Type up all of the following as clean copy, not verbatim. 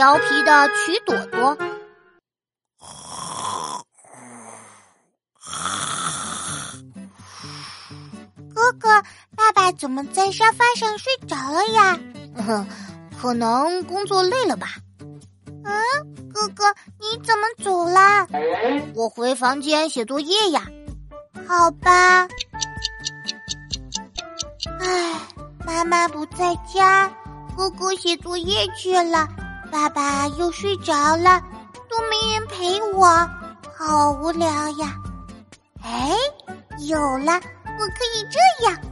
调皮的曲朵朵。 哥哥，爸爸怎么在沙发上睡着了呀？ 可能工作累了吧。 哥哥，你怎么走啦？ 我回房间写作业呀。 好吧。妈妈不在家，哥哥写作业去了，爸爸又睡着了，都没人陪我，好无聊呀。有了，我可以这样。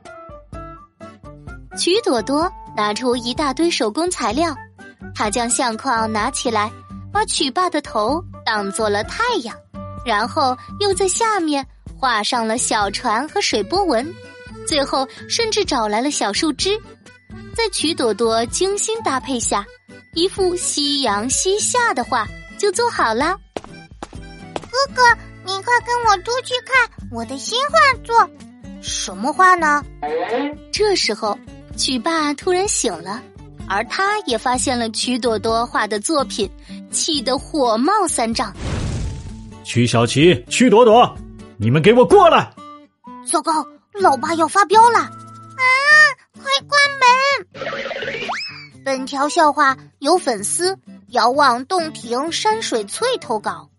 曲朵朵拿出一大堆手工材料，她将相框拿起来，把曲爸的头当做了太阳，然后又在下面画上了小船和水波纹，最后甚至找来了小树枝。在曲朵朵精心搭配下，一幅夕阳西下的画就做好了。 哥哥，你快跟我出去看我的新画作。 什么画呢？ 这时候曲爸突然醒了，而他也发现了曲朵朵画的作品，气得火冒三丈。 曲小琪、曲朵朵，你们给我过来！ 糟糕，老爸要发飙了！ 快关门！ 本条笑话由粉丝遥望洞庭山水翠投稿。